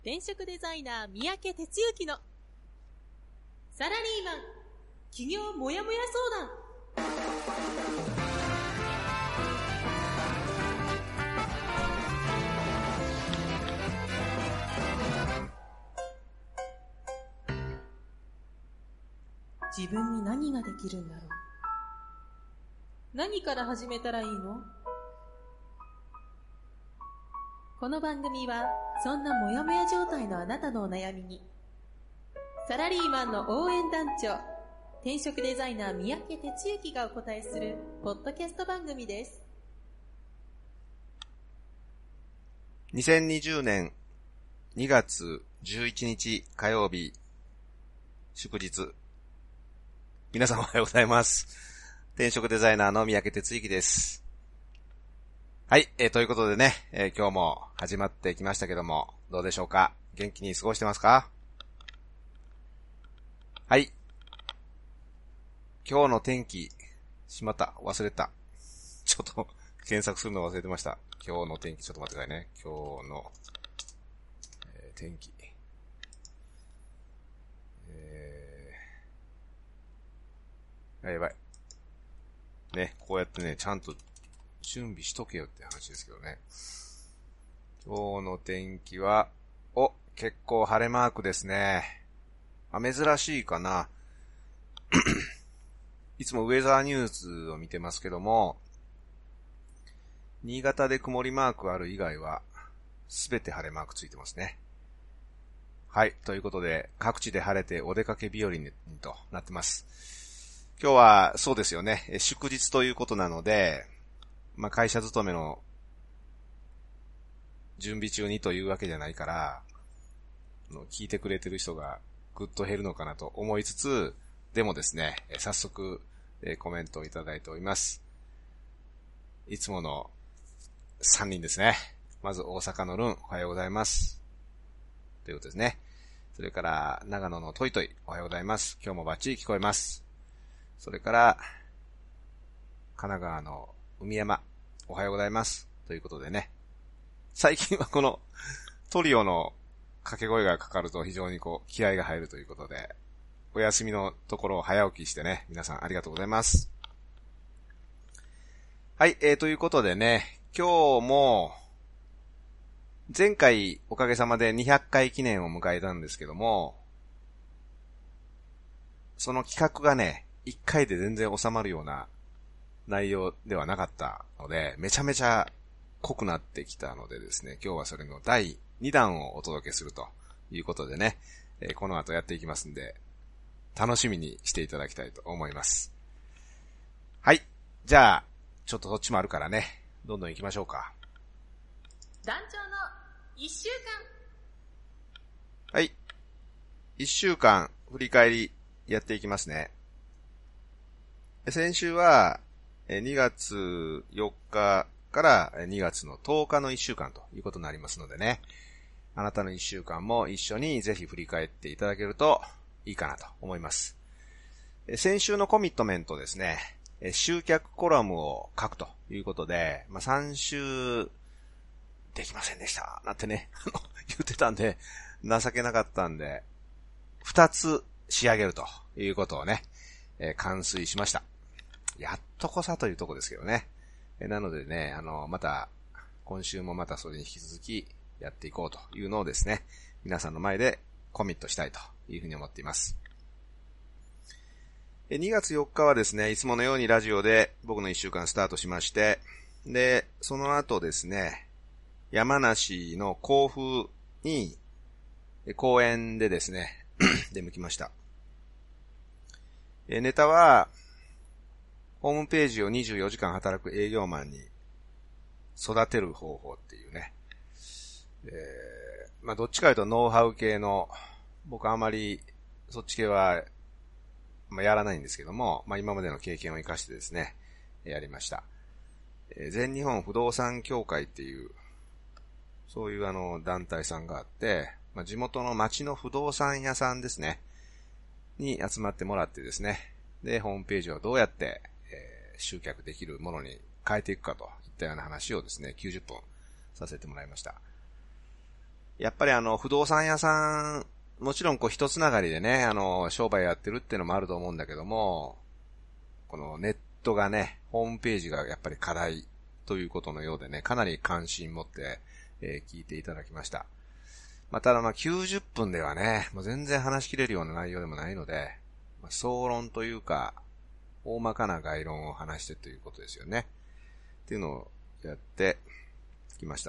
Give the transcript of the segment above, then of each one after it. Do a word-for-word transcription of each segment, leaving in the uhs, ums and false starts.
転職デザイナー三宅哲之のサラリーマン起業もやもや相談。自分に何ができるんだろう。何から始めたらいいの？この番組はそんなモヤモヤ状態のあなたのお悩みにサラリーマンの応援団長、転職デザイナー三宅哲之がお答えするポッドキャスト番組です。 にせんにじゅうねんにがつじゅういちにち火曜日、祝日。皆さんおはようございます。転職デザイナーの三宅哲之です。はい、えー、ということでね、えー、今日も始まってきましたけども、どうでしょうか？元気に過ごしてますか？はい。今日の天気、しまった、忘れた。ちょっと検索するの忘れてました。今日の天気、ちょっと待ってくださいね。今日の、えー、天気。えー、あ、やばい。ね、こうやってね、ちゃんと準備しとけよって話ですけどね。今日の天気は、お、結構晴れマークですね。あ、珍しいかな。いつもウェザーニュースを見てますけども、新潟で曇りマークある以外は、すべて晴れマークついてますね。はい、ということで、各地で晴れてお出かけ日和にとなってます。今日はそうですよね、祝日ということなので、まあ、会社勤めの準備中にというわけじゃないから、聞いてくれてる人がぐっと減るのかなと思いつつ、でもですね、早速コメントをいただいております。いつものさんにんですね。まず大阪のルン、おはようございます。ということですね。それから長野のトイトイ、おはようございます。今日もバッチリ聞こえます。それから神奈川の海山、おはようございます。ということでね。最近はこのトリオの掛け声がかかると非常にこう気合が入るということで、お休みのところを早起きしてね、皆さんありがとうございます。はい、えー、ということでね、今日も前回おかげさまでにひゃっかい記念を迎えたんですけども、その企画がね、いっかいで全然収まるような内容ではなかったので、めちゃめちゃ濃くなってきたのでですね、今日はそれのだいにだんをお届けするということでね、えー、この後やっていきますんで、楽しみにしていただきたいと思います。はい。じゃあ、ちょっとそっちもあるからね、どんどん行きましょうか。 団長のいっしゅうかん。はい。いっしゅうかん振り返りやっていきますね。先週はにがつよっかからにがつのとおかのいっしゅうかんということになりますのでね、あなたのいっしゅうかんも一緒にぜひ振り返っていただけるといいかなと思います。先週のコミットメントですね、集客コラムを書くということで、まあ、さん週できませんでしたなんてね言ってたんで、情けなかったんでふたつ仕上げるということをね、えー、完遂しました。やっとこさというとこですけどね。えー、なのでね、あのまた今週もまたそれに引き続きやっていこうというのをですね、皆さんの前でコミットしたいというふうに思っています。にがつよっかはですね、いつものようにラジオで僕のいっしゅうかんスタートしまして、で、その後ですね、山梨の甲府に公園でですね、出向きました。ネタは、ホームページをにじゅうよじかん働く営業マンに育てる方法っていうね、えー、まあどっちかというとノウハウ系の、僕あまりそっち系はまあ、やらないんですけども、まあ、今までの経験を生かしてですね、やりました。えー、全日本不動産協会っていう、そういうあの団体さんがあって、まあ、地元の町の不動産屋さんですね、に集まってもらってですね、で、ホームページをどうやって、えー、集客できるものに変えていくかといったような話をですね、きゅうじゅっぷんさせてもらいました。 やっぱりあの、不動産屋さん、もちろんこう一つながりでね、あの、商売やってるっていうのもあると思うんだけども、このネットがね、ホームページがやっぱり課題ということのようでね、かなり関心持って、えー、聞いていただきました。まあ、ただまあきゅうじゅっぷんではね、もう全然話しきれるような内容でもないので、まあ、総論というか、大まかな概論を話してということですよね。っていうのをやってきました。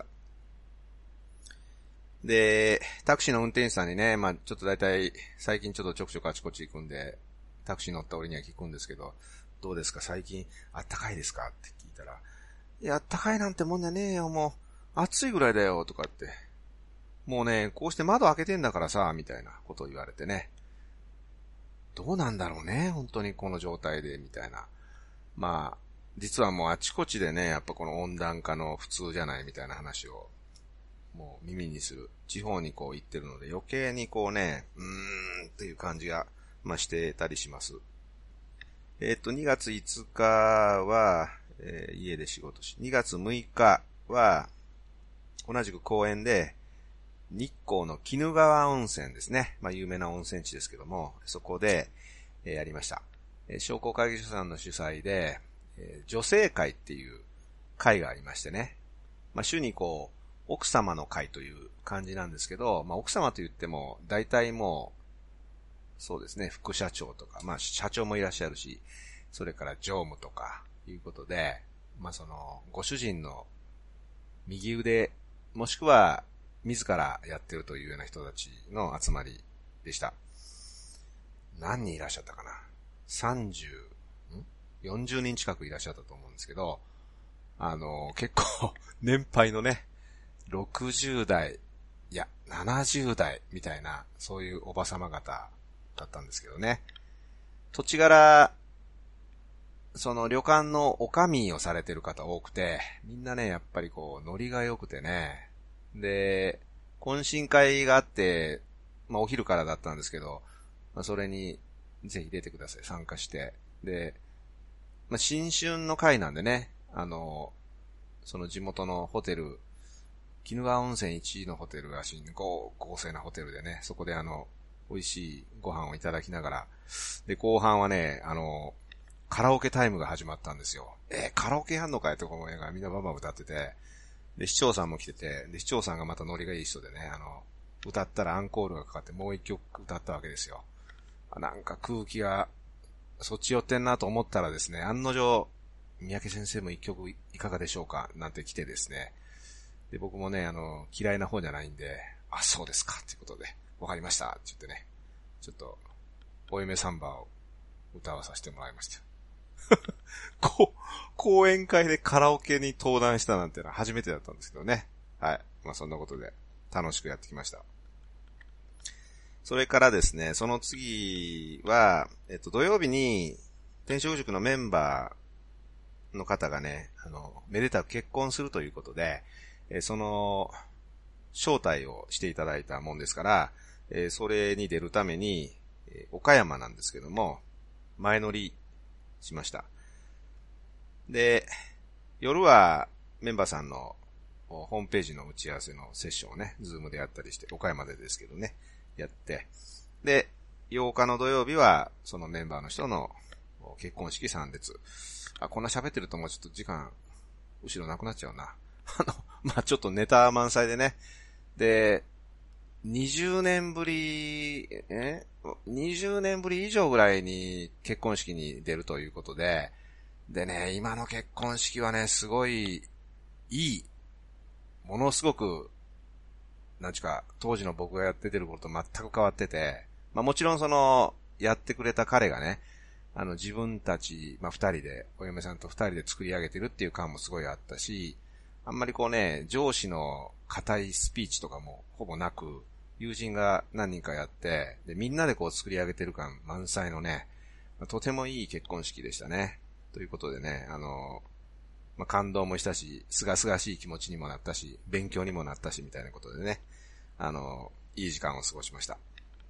で、タクシーの運転手さんにね、まあちょっとだいたい最近ちょっとちょくちょくあちこち行くんで、タクシー乗った俺には聞くんですけど、どうですか最近あったかいですかって聞いたら、いやあったかいなんてもんじゃねえよ、もう暑いぐらいだよとかって、もうねこうして窓開けてんだからさみたいなことを言われてね、どうなんだろうね本当にこの状態でみたいな、まあ実はもうあちこちでねやっぱこの温暖化の普通じゃないみたいな話をもう耳にする。地方にこう行ってるので余計にこうね、うーんっていう感じが、まあ、してたりします。えっと、にがついつかは、えー、家で仕事し、にがつむいかは、同じく公園で、日光の鬼怒川温泉ですね。まあ、有名な温泉地ですけども、そこで、えー、やりました。えー、商工会議所さんの主催で、えー、女性会っていう会がありましてね。まあ、週にこう、奥様の会という感じなんですけど、まあ奥様と言っても大体もうそうですね副社長とか、まあ社長もいらっしゃるし、それから常務とかいうことで、まあそのご主人の右腕もしくは自らやってるというような人たちの集まりでした。何人いらっしゃったかな？さんじゅう、ん ?よんじゅう 人近くいらっしゃったと思うんですけど、あの結構年配のね。ろくじゅうだい、いや、ななじゅうだいみたいな、そういうおばさま方だったんですけどね。土地柄、その旅館のおかみをされてる方多くて、みんなね、やっぱりこう、ノリが良くてね。で、懇親会があって、まあお昼からだったんですけど、まあそれにぜひ出てください、参加して。で、まあ新春の会なんでね、あの、その地元のホテル、鬼怒川温泉いちいのホテルらしい、豪勢なホテルでね、そこであの、美味しいご飯をいただきながら、で、後半はね、あの、カラオケタイムが始まったんですよ。えー、カラオケやんのかいってこの映画みんなバンバン歌ってて、で、市長さんも来てて、で、市長さんがまたノリがいい人でね、あの、歌ったらアンコールがかかってもう一曲歌ったわけですよ。なんか空気が、そっち寄ってんなと思ったらですね、案の定、三宅先生も一曲いかがでしょうかなんて来てですね、で、僕もね、あの、嫌いな方じゃないんで、あ、そうですか、ということで、わかりました、って言ってね、ちょっと、お嫁サンバを歌わさせてもらいました。こ講演会でカラオケに登壇したなんてのは初めてだったんですけどね。はい。まあそんなことで、楽しくやってきました。それからですね、その次は、えっと、土曜日に、転職塾のメンバーの方がね、あの、めでたく結婚するということで、その、招待をしていただいたもんですから、それに出るために、岡山なんですけども、前乗りしました。で、夜はメンバーさんのホームページの打ち合わせのセッションをね、ズームでやったりして、岡山でですけどね、やって、で、ようかの土曜日は、そのメンバーの人の結婚式参列。あ、こんな喋ってるともうちょっと時間、後ろなくなっちゃうな。あの、まあ、ちょっとネタ満載でね。で、にじゅうねんぶり、え ?にじゅう 年ぶり以上ぐらいに結婚式に出るということで、でね、今の結婚式はね、すごいいい。ものすごく、なんちゅうか、当時の僕がやっててることと全く変わってて、まあもちろんその、やってくれた彼がね、あの自分たち、まあ二人で、お嫁さんと二人で作り上げてるっていう感もすごいあったし、あんまりこうね、上司の固いスピーチとかもほぼなく、友人が何人かやって、で、みんなでこう作り上げてる感満載のね、とてもいい結婚式でしたね。ということでね、あの、まあ、感動もしたし、すがすがしい気持ちにもなったし、勉強にもなったし、みたいなことでね、あの、いい時間を過ごしました。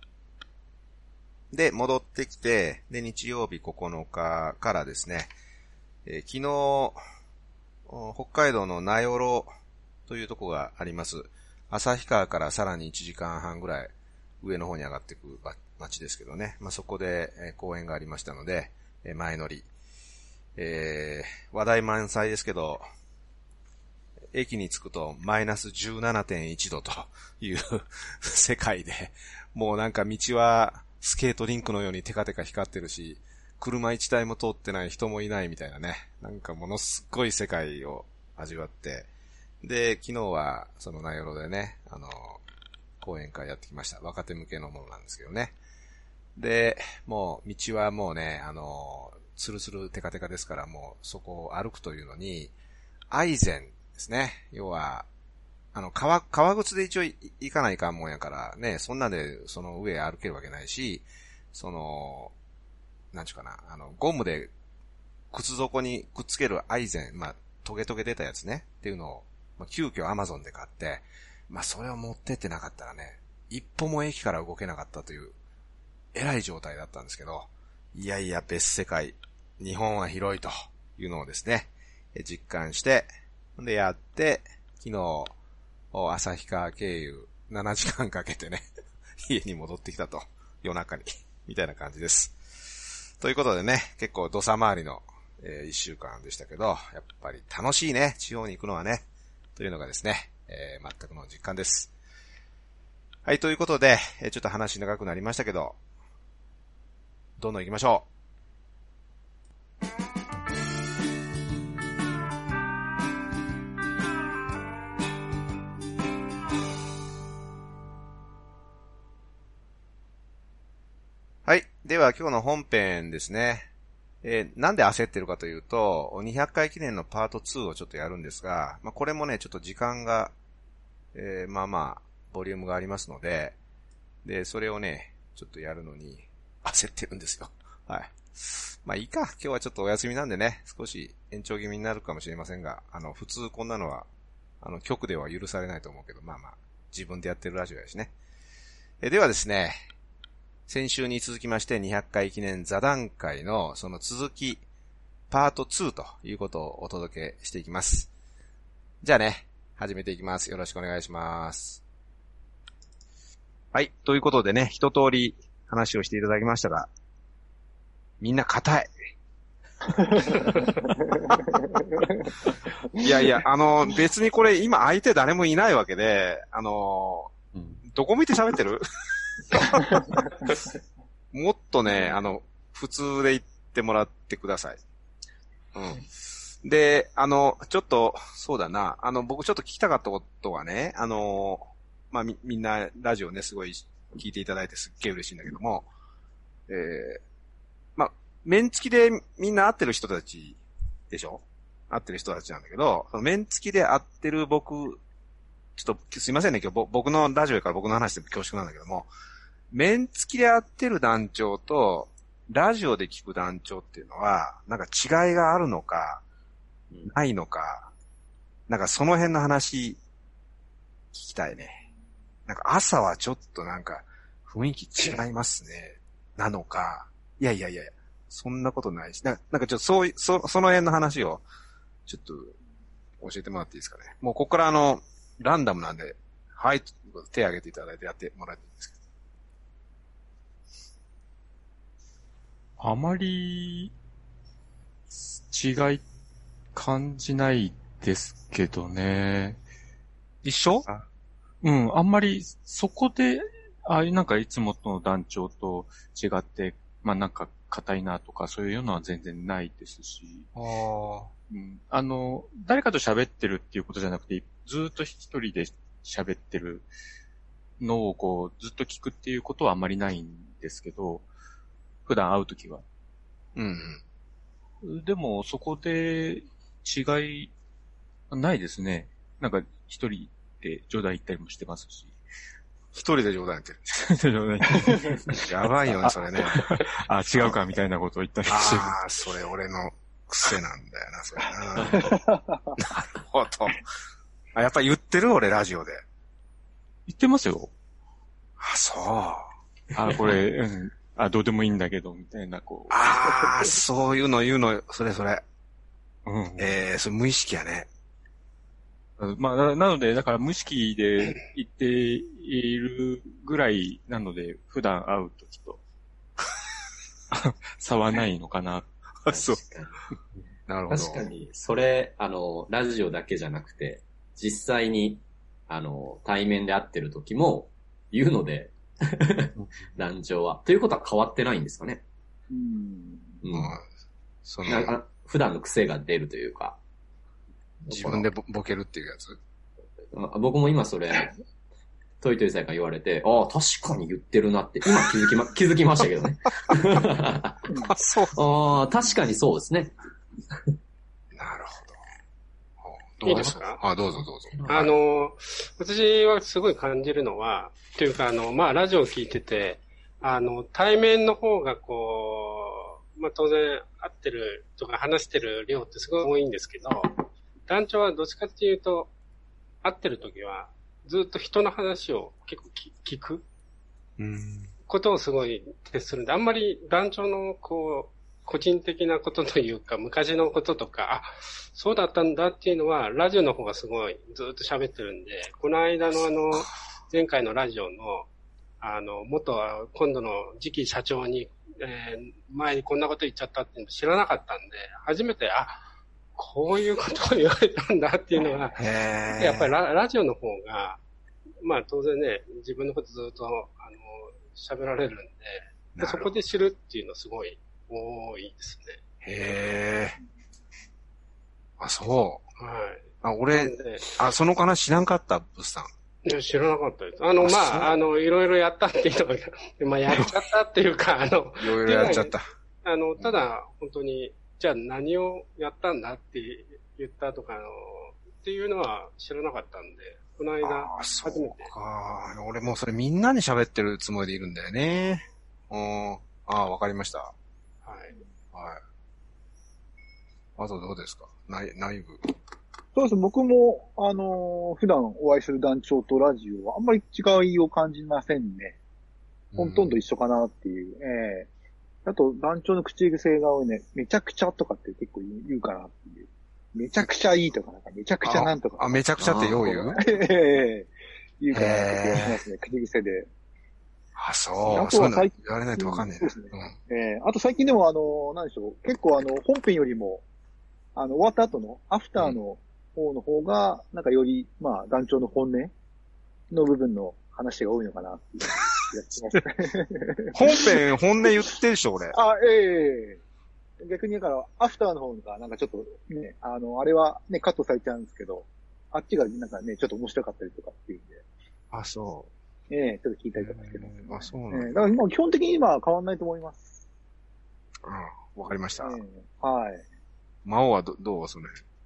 で、戻ってきて、で、日曜日ここのかからですね、えー、昨日、北海道の名寄というとこがあります。 旭川からさらにいちじかんはんぐらい上の方に上がっていく街ですけどね。まあ、そこで、えー、公演がありましたので、えー、前乗り。えー、話題満載ですけど、駅に着くとマイナス じゅうななてんいち 度という世界で、もうなんか道はスケートリンクのようにテカテカ光ってるし、車一台も通ってない、人もいないみたいなね。なんかものすっごい世界を味わって、で、昨日はその名寄でね、あの、講演会やってきました。若手向けのものなんですけどね。で、もう道はもうね、あの、ツルツルテカテカですから、もうそこを歩くというのに、アイゼンですね。要は、あの、川、川靴で一応行かないかんもんやからね、そんなんでその上歩けるわけないし、その、なんちゅうかな、あの、ゴムで靴底にくっつけるアイゼン、まあ、トゲトゲ出たやつね、っていうのを、まあ、急遽アマゾンで買って、まあ、それを持ってってなかったらね、一歩も駅から動けなかったという、偉い状態だったんですけど、いやいや別世界、日本は広いというのをですね、実感して、でやって、昨日、旭川経由ななじかんかけてね、家に戻ってきたと、夜中に、みたいな感じです。ということでね、結構土佐回りの、えー、一週間でしたけど、やっぱり楽しいね、地方に行くのはね、というのがですね、えー、全くの実感です。はい、ということで、えー、ちょっと話長くなりましたけど、どんどん行きましょう。はい。では今日の本編ですね。えー、なんで焦ってるかというと、にひゃっかい記念のパートツーをちょっとやるんですが、まあ、これもね、ちょっと時間が、えー、まあまあ、ボリュームがありますので、で、それをね、ちょっとやるのに焦ってるんですよ。はい。まあいいか。今日はちょっとお休みなんでね、少し延長気味になるかもしれませんが、あの、普通こんなのは、あの、局では許されないと思うけど、まあまあ、自分でやってるラジオやしね。え、ではですね、先週に続きましてにひゃっかい記念座談会のその続き、パートツーということをお届けしていきます。じゃあね、始めていきます。よろしくお願いします。はい。ということでね、一通り話をしていただきましたが、みんな硬い。いやいや、あの、別にこれ今相手誰もいないわけで、あの、うん、どこ見て喋ってるもっとね、あの、普通で言ってもらってください。うん。で、あの、ちょっと、そうだな、あの、僕ちょっと聞きたかったことはね、あの、まあ、み、みんなラジオね、すごい聞いていただいてすっげえ嬉しいんだけども、えー、まあ、面付きでみんな会ってる人たちでしょ？会ってる人たちなんだけど、その面付きで会ってる僕、ちょっとすいませんね、今日僕のラジオから僕の話でも恐縮なんだけども、面付きで会ってる団長と、ラジオで聞く団長っていうのは、なんか違いがあるのか、ないのか、なんかその辺の話、聞きたいね。なんか朝はちょっとなんか雰囲気違いますね。なのか、いやいやいや、そんなことないし、な、なんかちょっとそういう、そ、その辺の話を、ちょっと教えてもらっていいですかね。もうここからあの、ランダムなんで、はい、手挙げていただいてやってもらっていいですか。 あまり違い感じないですけどね。 一緒？ うん、あんまりそこで、ああいうなんかいつもの団長と違って、まあなんか硬いなとかそういうのは全然ないですし。 ああ。 うん、あの、誰かと喋ってるっていうことじゃなくて、ずっと一人で喋ってるのをこう、ずっと聞くっていうことはあんまりないんですけど、普段会うときは。 うんうん。でも、そこで違い、ないですね。なんか、一人で冗談言ったりもしてますし。 一人で冗談言ってる。 一人で冗談言ってる。 やばいよね、それね。 あ、違うか、みたいなことを言ったりしてる。 ああ、それ俺の癖なんだよな、それな。なるほど。あ、やっぱ言ってる俺、ラジオで。 言ってますよ。 あ、そう。 あ、これ、うん。あ、どうでもいいんだけど、みたいな、こう。 ああ、そういうの言うの、それそれ。 うん。 ええー、それ無意識やね。 まあ、ななので、だから無意識で言っているぐらいなので、普段会うときと差はないのかな。 そう。なるほど。 確かに、それ、あの、ラジオだけじゃなくて、実際に、あの、対面で会ってるときも言うので、団長は。ということは変わってないんですかね。 うん。 うん。 まあ、そのなんか普段の癖が出るというか。 自分でボボケるっていうやつ。 あ僕も今それ、トイトイさんから言われて、ああ、確かに言ってるなって、今気づきま、気づきましたけどね。 あ、そう。 ああ、確かにそうですね。 なるほど。どうですか？あ、どうぞどうぞ。 あの、私はすごい感じるのは、というか、あの、まあ、ラジオを聞いてて、あの、対面の方がこう、まあ、当然、会ってるとか話してる量ってすごい多いんですけど、団長はどっちかっていうと、会ってる時は、ずっと人の話を結構聞くことをすごい徹するんで、あんまり団長のこう、個人的なことというか、昔のこととか、あ、そうだったんだっていうのは、ラジオの方がすごいずっと喋ってるんで、この間のあの、前回のラジオの、あの、元は今度の次期社長に、えー、前にこんなこと言っちゃったっていうの知らなかったんで、初めて、あ、こういうことを言われたんだっていうのは、やっぱり ラ, ラジオの方が、まあ当然ね、自分のことずっと、あの、喋られるんで、でそこで知るっていうのすごい多いですね。 へー。あ、そう。 はい。 あ、俺、あ、その話知らんかった、ブスさん。 いや、知らなかったです。あの、あまあ、あの、いろいろやったっていうのが、まあ、やっちゃったっていうか、あの、 いろいろやっちゃった。 あの、ただ、本当に、じゃあ何をやったんだって言ったとか、あの、っていうのは知らなかったんで、この間、初めて。 ああ、俺もうそれみんなに喋ってるつもりでいるんだよね。うん。ああ、わかりました。はい。はい。あとどうですか？内、内部。 そうです。僕も、あのー、普段お会いする団長とラジオはあんまり違いを感じませんね。ほとんど一緒かなっていう。うん、ええー。あと、団長の口癖が多いね、めちゃくちゃとかって結構言うかなっていう。めちゃくちゃいいとか、なんかめちゃくちゃなんとか。 あ、あめちゃくちゃってよう言う？ ええ言うかなって気がしますね、口癖で。 あ、そう。 あとは最近。 言われないとわかんない、 ね。そうですね。うん、ええー、あと最近でもあの、なんでしょう。結構あの、本編よりも、あの、終わった後の、アフターの方の方が、なんかより、まあ、団長の本音の部分の話が多いのかなっていう気がします。 本編、本音言ってるでしょ、俺。 あ、ええー。逆にだから、アフターの方が、なんかちょっとね、あの、あれはね、カットされちゃうんですけど、あっちがなんかね、ちょっと面白かったりとかっていうんで。 あ、そう。 ええー、ちょっと聞いたりとかしてます、 ね。あ、そうなんだ。 えー、だから今、基本的に今は変わんないと思います。 うん、わかりました。えー、はい。 魔王はど、どうそれ？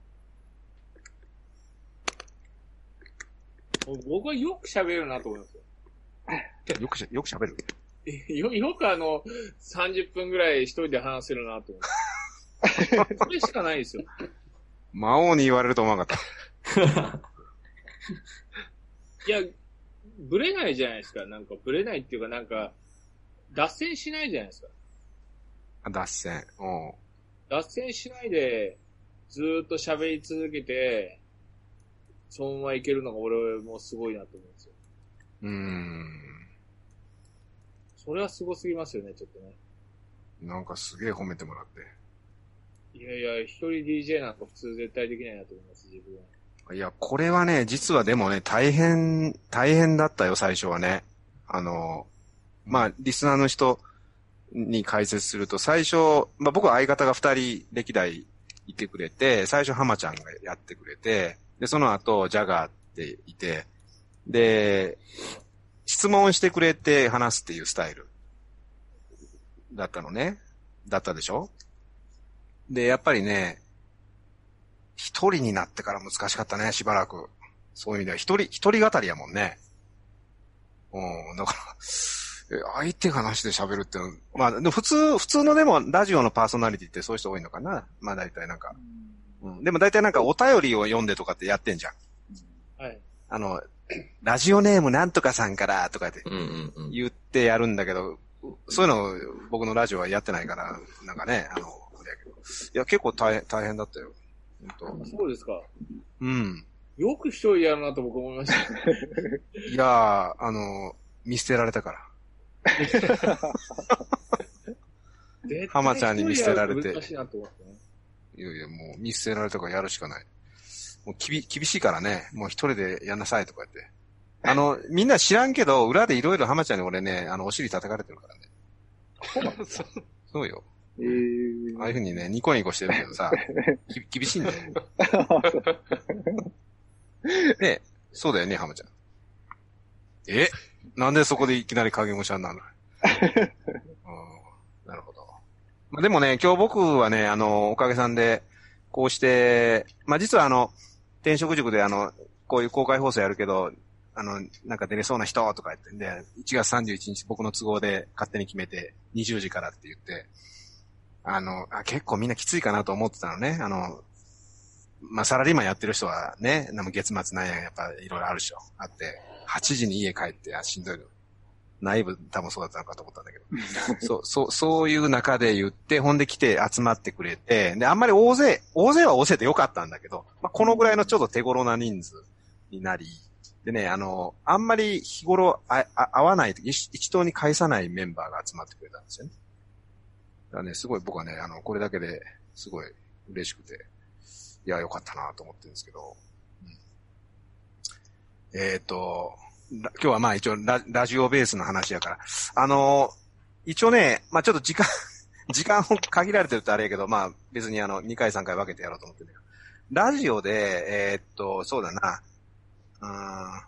僕はよく喋るなと思いますよ。 よくしゃ、よく喋るよ、よくあの、さんじゅっぷんぐらい一人で話せるなと思って。それしかないですよ。 魔王に言われると思わなかった。 いや、ブレないじゃないですか。なんか、ブレないっていうかなんか、脱線しないじゃないですか。 脱線。うん。 脱線しないで、ずーっと喋り続けて、そのままいけるのが俺もすごいなと思うんですよ。 うーん。 それはすごすぎますよね、ちょっとね。 なんかすげえ褒めてもらって。 いやいや、一人 ディージェー なんか普通絶対できないなと思います、自分は。 いや、これはね、実はでもね、大変、大変だったよ、最初はね。あの、まあ、リスナーの人に解説すると、最初、まあ僕は相方が二人歴代いてくれて、最初浜ちゃんがやってくれて、で、その後、ジャガーっていて、で、質問してくれて話すっていうスタイルだったのね。だったでしょ？で、やっぱりね、一人になってから難しかったね、しばらく。そういう意味では、一人、一人語りやもんね。うん、だから、相手がなしで喋るってのは、まあ、でも普通、普通のでも、ラジオのパーソナリティってそういう人多いのかな。まあ大体なんか。うん、でも大体なんかお便りを読んでとかってやってんじゃん。 はい。 あの、ラジオネームなんとかさんからとかって言ってやるんだけど、そういうの僕のラジオはやってないから、なんかね、あの、いや結構大変、大変だったよ。 本当。そうですか。 うん。 よく一人でやるなと僕思いました。 いやー、あの、見捨てられたから。浜ちゃんに見捨てられて。 難しいなと思ってね。 いやいや、もう見捨てられたからやるしかない。もうきび、厳しいからね、もう一人でやんなさいとか言って。あの、みんな知らんけど、裏でいろいろ浜ちゃんに俺ね、あの、お尻叩かれてるからね。そうよ。 えー、 ああいうふうにね、ニコニコしてるけどさ、き厳しいんだよ。ねそうだよね、浜ちゃん。えなんでそこでいきなり影武者になるのなるほど。まあ、でもね、今日僕はね、あの、おかげさんで、こうして、まあ、実はあの、転職塾であの、こういう公開放送やるけど、あの、なんか出れそうな人とか言ってんで、いちがつさんじゅういちにち僕の都合で勝手に決めて、にじゅうじからって言って、あの、あ結構みんなきついかなと思ってたのね。あの、まあ、サラリーマンやってる人はね、なんか月末なんや、やっぱいろいろあるでしょ。あって、はちじに家帰って、あ、しんどいの。内部多分そうだったのかと思ったんだけど。そう、そう、そういう中で言って、ほんで来て集まってくれて、で、あんまり大勢、大勢は大勢でよかったんだけど、まあ、このぐらいのちょっと手頃な人数になり、でね、あの、あんまり日頃ああ会わない、一, 一堂に会さないメンバーが集まってくれたんですよね。だからね、すごい僕はね、あの、これだけですごい嬉しくて、いや、よかったなと思ってるんですけど、うん、えっ、ー、と、今日はまあ一応ラ、ラジオベースの話やから、あの、一応ね、まあちょっと時間、時間を限られてるとあれやけど、まあ別にあの、にかいさんかい分けてやろうと思ってるんだけど、ラジオで、えー、っと、そうだな、うーん、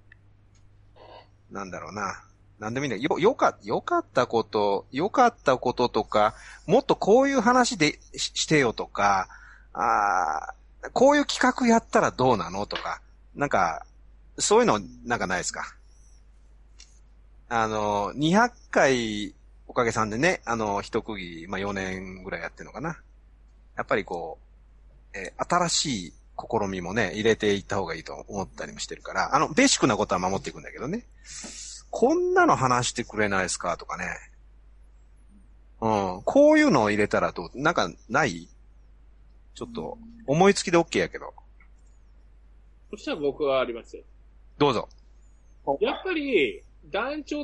なんだろうな。なんでもいいんだけど、よ、よか、よかったこと、よかったこととか、もっとこういう話で し, してよとか、あこういう企画やったらどうなのとか、なんか、そういうのなんかないですか？あの、にひゃっかいおかげさんでね、あの、一区切り、まあよねんぐらいやってるのかな。やっぱりこう、えー、新しい試みもね、入れていった方がいいと思ったりもしてるから、あの、ベーシックなことは守っていくんだけどね。こんなの話してくれないですかとかね。うん。こういうのを入れたらどう、なんかないちょっと、思いつきで OK やけど。 そしたら僕はありますよ。 どうぞ。 やっぱり、団長って、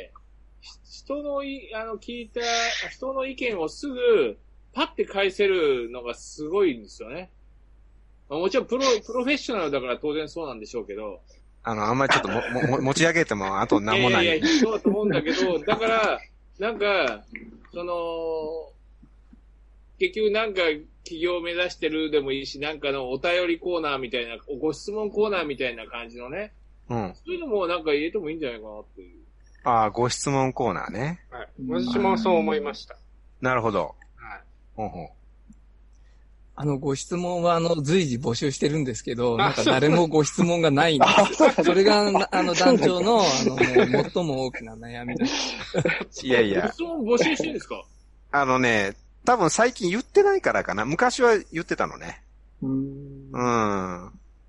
人のい、あの、聞いた、人の意見をすぐ、パッて返せるのがすごいんですよね。もちろんプロ、プロフェッショナルだから当然そうなんでしょうけど。 あの、あんまりちょっとも、も、持ち上げても、あと何もない。 いやいやいや、そうだと思うんだけど、だから、なんか、その、結局なんか企業を目指してるでもいいし、なんかのお便りコーナーみたいな、ご質問コーナーみたいな感じのね。うん。そういうのもなんか入れてもいいんじゃないかなっていう。 ああ、ご質問コーナーね。 はい。私もそう思いました。 なるほど。 はい。 ほうほう。 あの、ご質問は、あの、随時募集してるんですけど、なんか誰もご質問がないんです。それが、あの、団長の、あの、もう、最も大きな悩みです。 いやいや。 ご質問募集してるんですか？ あのね、多分最近言ってないからかな。昔は言ってたのね。うーん。うん。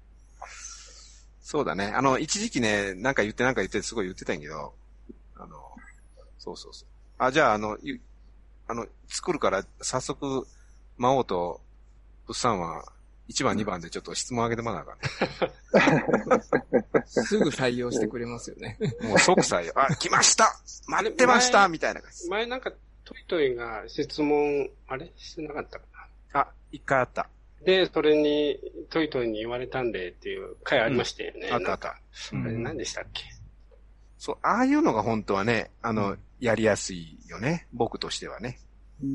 そうだね。あの、一時期ね、なんか言ってなんか言ってすごい言ってたんやけど、あの、そうそうそう。あ、じゃあ、あの、ゆあの、作るから、早速、魔王と、物産はいちばんにばんでちょっと質問あげてもらわなあかんね。 すぐ採用してくれますよね。 もう即採用。あ、来ました待ってましたみたいな感じ。 前なんか、トイトイが質問、あれしてなかったかなあ、一回あった。 で、それに、トイトイに言われたんでっていう回ありましたよね。 うん、あったあった。 それ何でしたっけ、うん、 そう、ああいうのが本当はね、あの、うん、やりやすいよね。僕としてはね。 うん、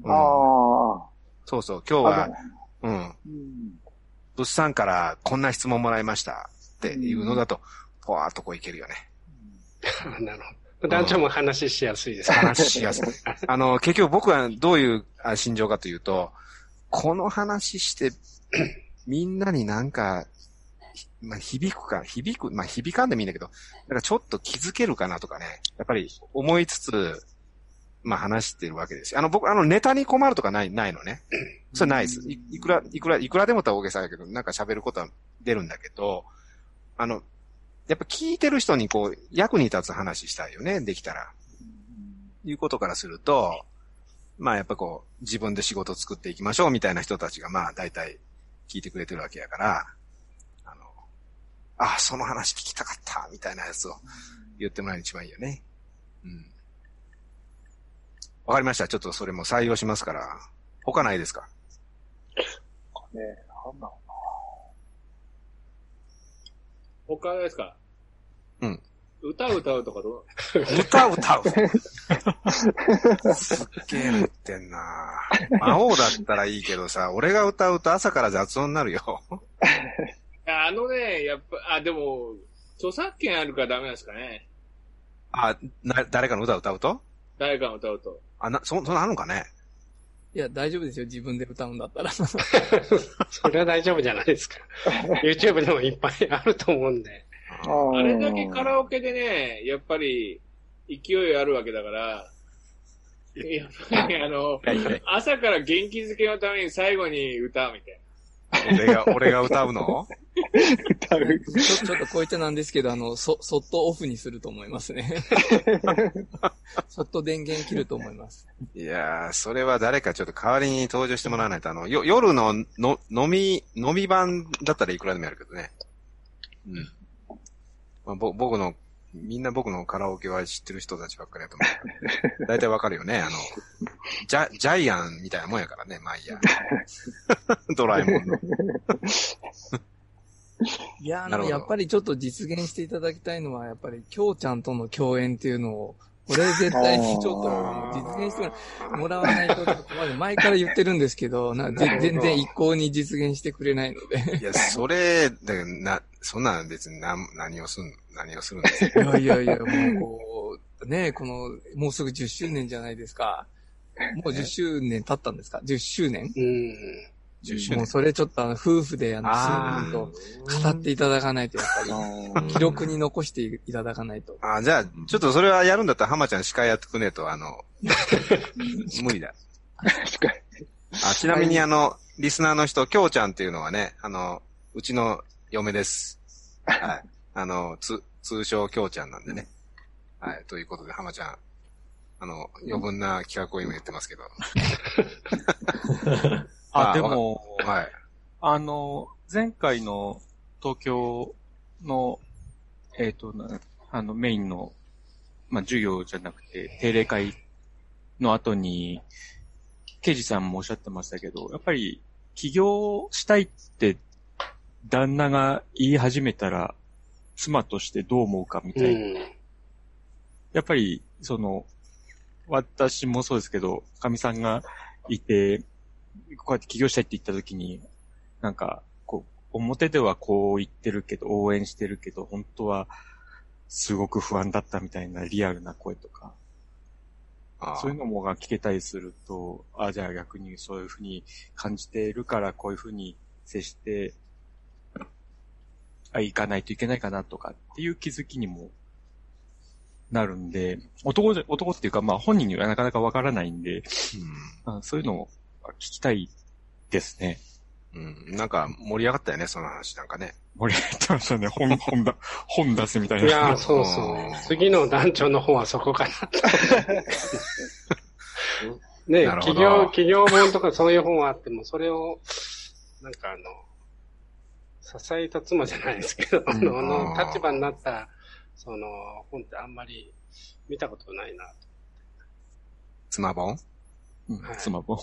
ああ。 そうそう、今日は、うん。物産からこんな質問もらいましたっていうのだと、ぽわーっとこういけるよね。 なるほど。団長も話しやすいです、 ね、話しやすい。あの、結局僕はどういう心情かというと、この話して、みんなになんか、まあ、響くか、響く、まあ、響かんでもいいんだけど、なんかちょっと気づけるかなとかね、やっぱり思いつつ、まあ話してるわけですよ。あの僕、あのネタに困るとかない、ないのね。それないです。い, いくら、いくら、いくらでもとは大げさだけど、なんか喋ることは出るんだけど、あの、やっぱ聞いてる人にこう、役に立つ話したいよね、できたら。いうことからすると、まあやっぱこう、自分で仕事作っていきましょうみたいな人たちがまあ大体聞いてくれてるわけやから、あの、 あ、その話聞きたかった、みたいなやつを言ってもらえるの一番いいよね。うん。わかりました。ちょっとそれも採用しますから。他ないですか？ ねえ、なんだろうな。 他ですか？ うん。 歌歌うとかどう？ 歌歌うすっげえなってんな。魔王だったらいいけどさ、俺が歌うと朝から雑音になるよ。 あのね、やっぱ、あ、でも、著作権あるからダメなんですかね。 あ、な、誰かの歌を歌うと？ 誰かの歌うと。 あ、な、そ、そんなあるのかね？ いや、大丈夫ですよ。自分で歌うんだったら。 それは大丈夫じゃないですか。YouTube でもいっぱいあると思うんで。 あれだけカラオケでね、やっぱり勢いあるわけだから、やっぱりあの、朝から元気づけのために最後に歌うみたいな。 俺が、俺が歌うの？ 歌う。 ちょ、ちょっとこういったなんですけど、あの、そ、そっとオフにすると思いますね。そっと電源切ると思います。 いやー、それは誰かちょっと代わりに登場してもらわないと、あの、よ、夜のの、飲み、飲み版だったらいくらでもやるけどね。うん。まあ、ぼ、僕の、みんな僕のカラオケは知ってる人たちばっかりやと思う。だいたいわかるよね。あの、ジャ、ジャイアンみたいなもんやからね、まあいいや。ドラえもんの。 いや、あの、やっぱりちょっと実現していただきたいのは、やっぱり、きょうちゃんとの共演っていうのを、これ絶対にちょっと実現してもらわないと、前から言ってるんですけど、な全然一向に実現してくれないので。 いや、それ、だな、そんなん別に何、何をすんの何をするんですか？ いやいやいや、もうこう、ねこの、もうすぐじゅっしゅうねんじゃないですか。もうじゅっしゅうねん経ったんですか？ じゅっ 周年？ うん。 じゅっしゅうねん。 もうそれちょっとあの、夫婦であの、すんと語っていただかないと、やっぱり、記録に残していただかないと。 あ、じゃあ、ちょっとそれはやるんだったら浜ちゃん司会やってくねえと、あの、無理だ。あ、ちなみにあの、リスナーの人、きょうちゃんっていうのはね、あの、うちの嫁です。はい。あの、つ、通称きょうちゃんなんでね。はい。ということで、浜ちゃん、あの、余分な企画を今言ってますけど。 あ、でも、 はい。 あの、前回の東京の、えっと、あの、メインの、まあ、授業じゃなくて、定例会の後に、刑事さんもおっしゃってましたけど、やっぱり、起業したいって、旦那が言い始めたら、妻としてどう思うかみたいな。うん、やっぱり、その、私もそうですけど、かみさんがいて、こうやって起業したいって言ったときに、なんか、こう、表ではこう言ってるけど、応援してるけど、本当は、すごく不安だったみたいなリアルな声とか、あそういうのもが聞けたりすると、あ、じゃあ逆にそういうふうに感じているから、こういうふうに接して、あ、行かないといけないかなとかっていう気づきにもなるんで、男じゃ、男っていうか、まあ本人にはなかなかわからないんで、うん、そういうのを聞きたいですね。 うん。なんか盛り上がったよね、その話なんかね。 盛り上がってましたね。本、本だ、本出すみたいな。 いやー、そうそう。次の団長の方はそこかなと。ね、企業、企業本とかそういう本はあっても、それを、なんかあの、支えた妻じゃないですけど、うん、あの、あの立場になった、その、本ってあんまり見たことないなと。 妻本？ うん、はい、妻本。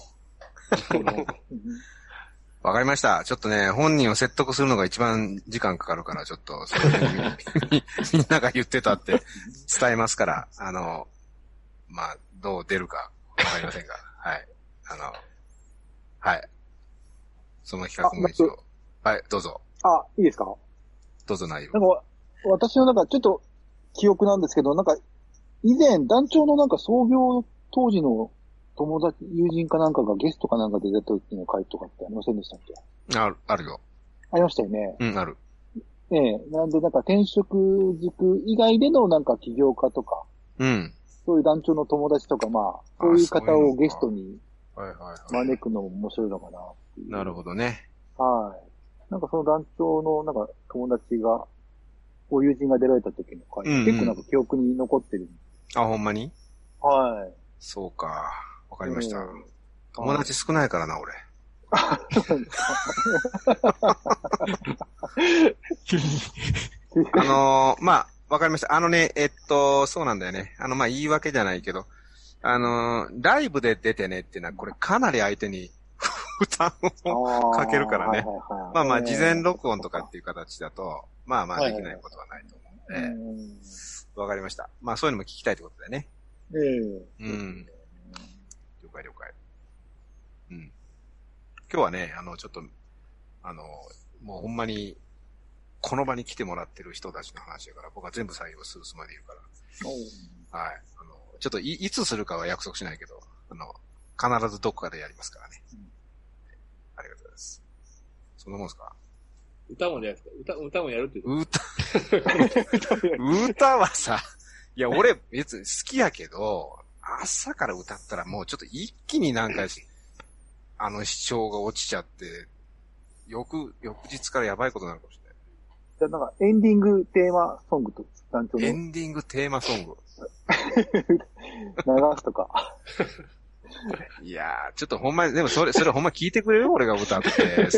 わかりました。ちょっとね、本人を説得するのが一番時間かかるから、ちょっと、それみ, みんなが言ってたって伝えますから、あの、まあ、どう出るかわかりませんが、はい。あの、はい。その企画も一応。はい、どうぞ。 あ、いいですか？ どうぞ内容。 なんか、私のなんかちょっと記憶なんですけど、なんか、以前団長のなんか創業当時の友達、友人かなんかがゲストかなんかで出た時の回とかってありませんでしたっけ？ ある、あるよ。 ありましたよね。 うん、ある。 ええ、なんでなんか転職軸以外でのなんか起業家とか、 うん。 そういう団長の友達とか、まあ、そういう方をゲストに招くのも面白いのかなっていう。 なるほどね。 はい。なんかその団長のなんか友達が、ご友人が出られた時の回、うんうん、結構なんか記憶に残ってる。 あ、ほんまに？ はい。 そうか。わかりました。うん、友達少ないからな、俺。 あのー、まあ、わかりました。あのね、えっと、そうなんだよね。あの、まあ、言い訳じゃないけど、あのー、ライブで出てねっていうのは、これかなり相手に負担をかけるからね。まあまあ、事前録音とかっていう形だと、まあまあ、できないことはないと思うので、わかりました。まあ、そういうのも聞きたいってことだよね。 ええうん。了解了解。うん。今日はね、あの、ちょっと、あの、もうほんまに、この場に来てもらってる人たちの話だから、僕は全部採用するつもりでいるから。はい。あの、ちょっとい、いつするかは約束しないけど、あの、必ずどこかでやりますからね。うん、ありがとうございます。そんなもんですか？ 歌もじゃないですか。歌、歌もやるって言う歌、歌はさ、いや、俺別に好きやけど、朝から歌ったらもうちょっと一気になんか、あの視聴が落ちちゃって、翌、翌日からやばいことになるかもしれない。 じゃあなんかエンディングテーマソングと、団長の。 エンディングテーマソング。 流すとか。 いやー、ちょっとほんまに、でもそれ、それほんま聞いてくれる俺が歌って。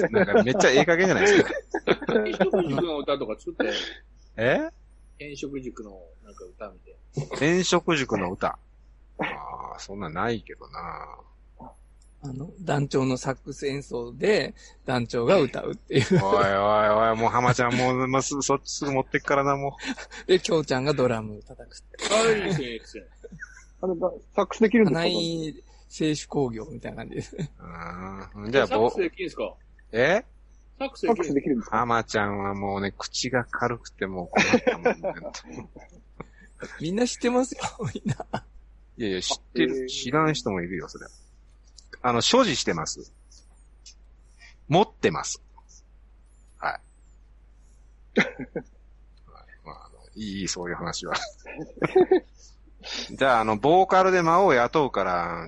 なんかめっちゃええ加減じゃないですか。 遠食塾の歌とか作って。 え遠食塾のなんか歌みたいな。 遠食塾の歌。ああ、そんなんないけどな。 あの、団長のサックス演奏で、団長が歌うっていう。 おいおいおい、もう浜ちゃんもう、まあ、す、そっちすぐ持ってっからな、もう。で、きょうちゃんがドラム叩くって。 はい、先生。 あれ、サックスできるんですか？ 花井製手工業みたいな感じですね。 うん。じゃあ、 サックスできるんですか？ えサックスできるんですか？ 浜ちゃんはもうね、口が軽くてもう困ったもんね。 みんな知ってますよ、みんな。 いやいや、知ってる、知らん人もいるよ、それ。あの、所持してます。持ってます。はい。はい、まあ、あのいい、いい、そういう話は。じゃあ、あの、ボーカルで魔王を雇うから、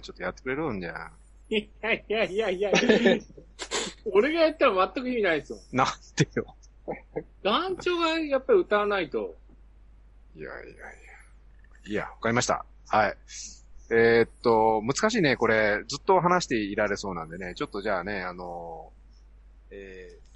ちょっとやってくれるんじゃ。 いやいやいやいや俺がやったら全く意味ないですよ。 なんでよ。 団長がやっぱり歌わないと。 いやいやいや。いや、わかりました。はい。えー、っと、難しいね、これ。ずっと話していられそうなんでね。ちょっとじゃあね、あの、えー、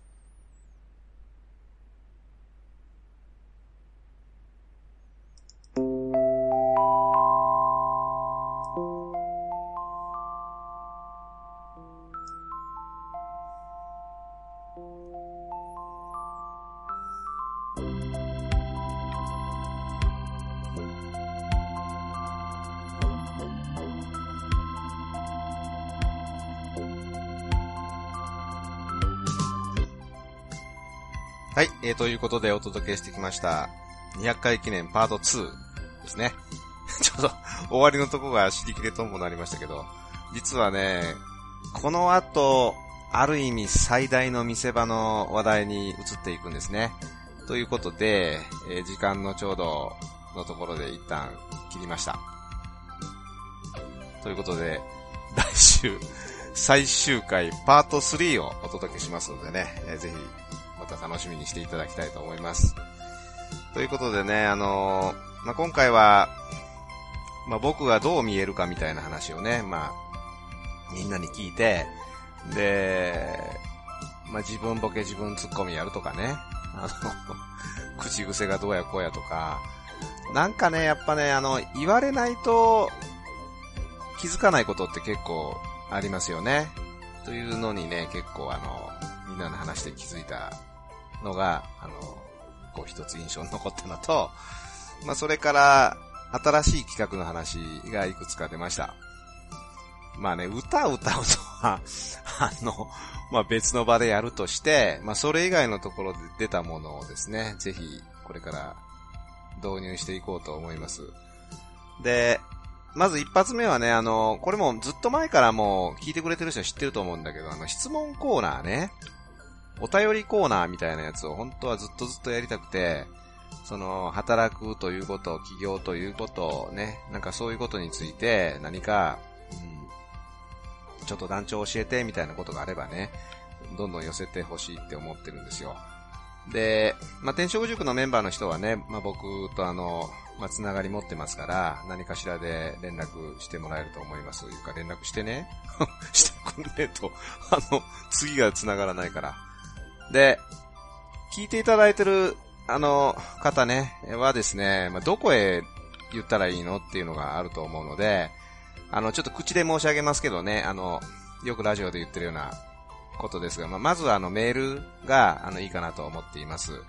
はい、えー、ということでお届けしてきました。にひゃっかい記念パートツーですね。ちょっと終わりのとこが尻切れともなりましたけど、実はね、この後、ある意味最大の見せ場の話題に移っていくんですね。ということで、えー、時間のちょうどのところで一旦切りました。ということで、来週、最終回パートスリーをお届けしますのでね、えー、ぜひ、また楽しみにしていただきたいと思います。ということでね、あのー、まあ、今回は、まあ、僕がどう見えるかみたいな話をね、まあ、みんなに聞いて、で、まあ、自分ボケ自分ツッコミやるとかね、あの、口癖がどうやこうやとか、なんかね、やっぱね、あの、言われないと気づかないことって結構ありますよね。というのにね、結構あの、みんなの話で気づいたのが、あの、こう一つ印象に残ったのと、まあ、それから新しい企画の話がいくつか出ました。まあね、歌を歌うとは、あの、まあ別の場でやるとして、まあそれ以外のところで出たものをですね、ぜひこれから導入していこうと思います。で、まず一発目はね、あの、これもずっと前からもう聞いてくれてる人は知ってると思うんだけど、あの、質問コーナーね、お便りコーナーみたいなやつを本当はずっとずっとやりたくて、その、働くということ、起業ということね、なんかそういうことについて何か、うん、ちょっと団長教えてみたいなことがあればね、どんどん寄せてほしいって思ってるんですよ。 で、まあ、転職塾のメンバーの人はね、まあ、僕とあの、まあ、つながり持ってますから、何かしらで連絡してもらえると思います。いうか、連絡してね。してくんねえと、あの、次がつながらないから。で、聞いていただいてる、あの、方ね、はですね、まあ、どこへ言ったらいいのっていうのがあると思うので、あの、ちょっと口で申し上げますけどね、あの、よくラジオで言ってるようなことですが、まあ、まずはあの、メールが、あの、いいかなと思っています。えー、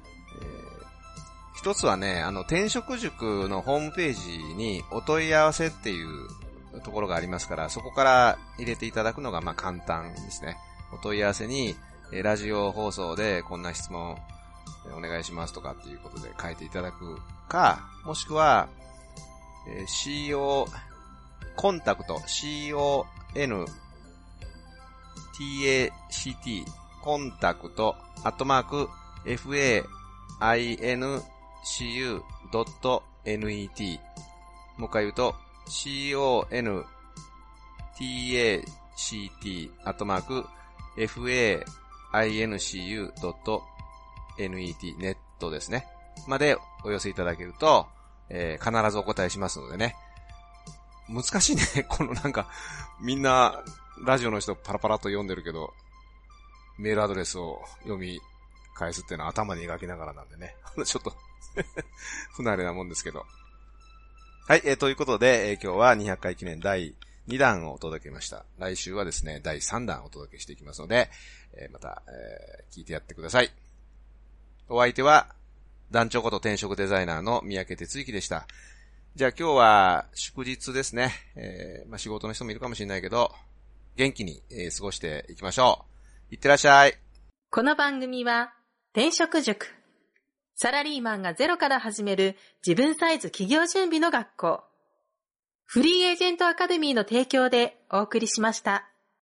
一つはね、あの、転職塾のホームページにお問い合わせっていうところがありますから、そこから入れていただくのが、まあ、簡単ですね。お問い合わせに、えー、ラジオ放送でこんな質問お願いしますとかっていうことで書いていただくか、もしくは、えー、シーオー、コンタクト、シーオーエヌティーエーシーティー、コンタクト、アットマーク、エフエーアイエヌシーユードットネット。もう一回言うと、シーオーエヌティーエーシーティー、アットマーク、エフエーアイエヌシーユードットネット、ネットですね。までお寄せいただけると、えー、必ずお答えしますのでね。難しいね。このなんか、みんな、ラジオの人パラパラと読んでるけど、メールアドレスを読み返すっていうのは頭に描きながらなんでね。ちょっと、不慣れなもんですけど。はい、えー、ということで、えー、今日はにひゃっかい記念だいにだんをお届けしました。来週はですね、だいさんだんをお届けしていきますので、えー、また、えー、聞いてやってください。お相手は、団長こと転職デザイナーの三宅哲之でした。じゃあ今日は祝日ですね。えー、まあ、仕事の人もいるかもしれないけど、元気に、えー、過ごしていきましょう。いってらっしゃい。 この番組は、転職塾。サラリーマンがゼロから始める自分サイズ企業準備の学校。フリーエージェントアカデミーの提供でお送りしました。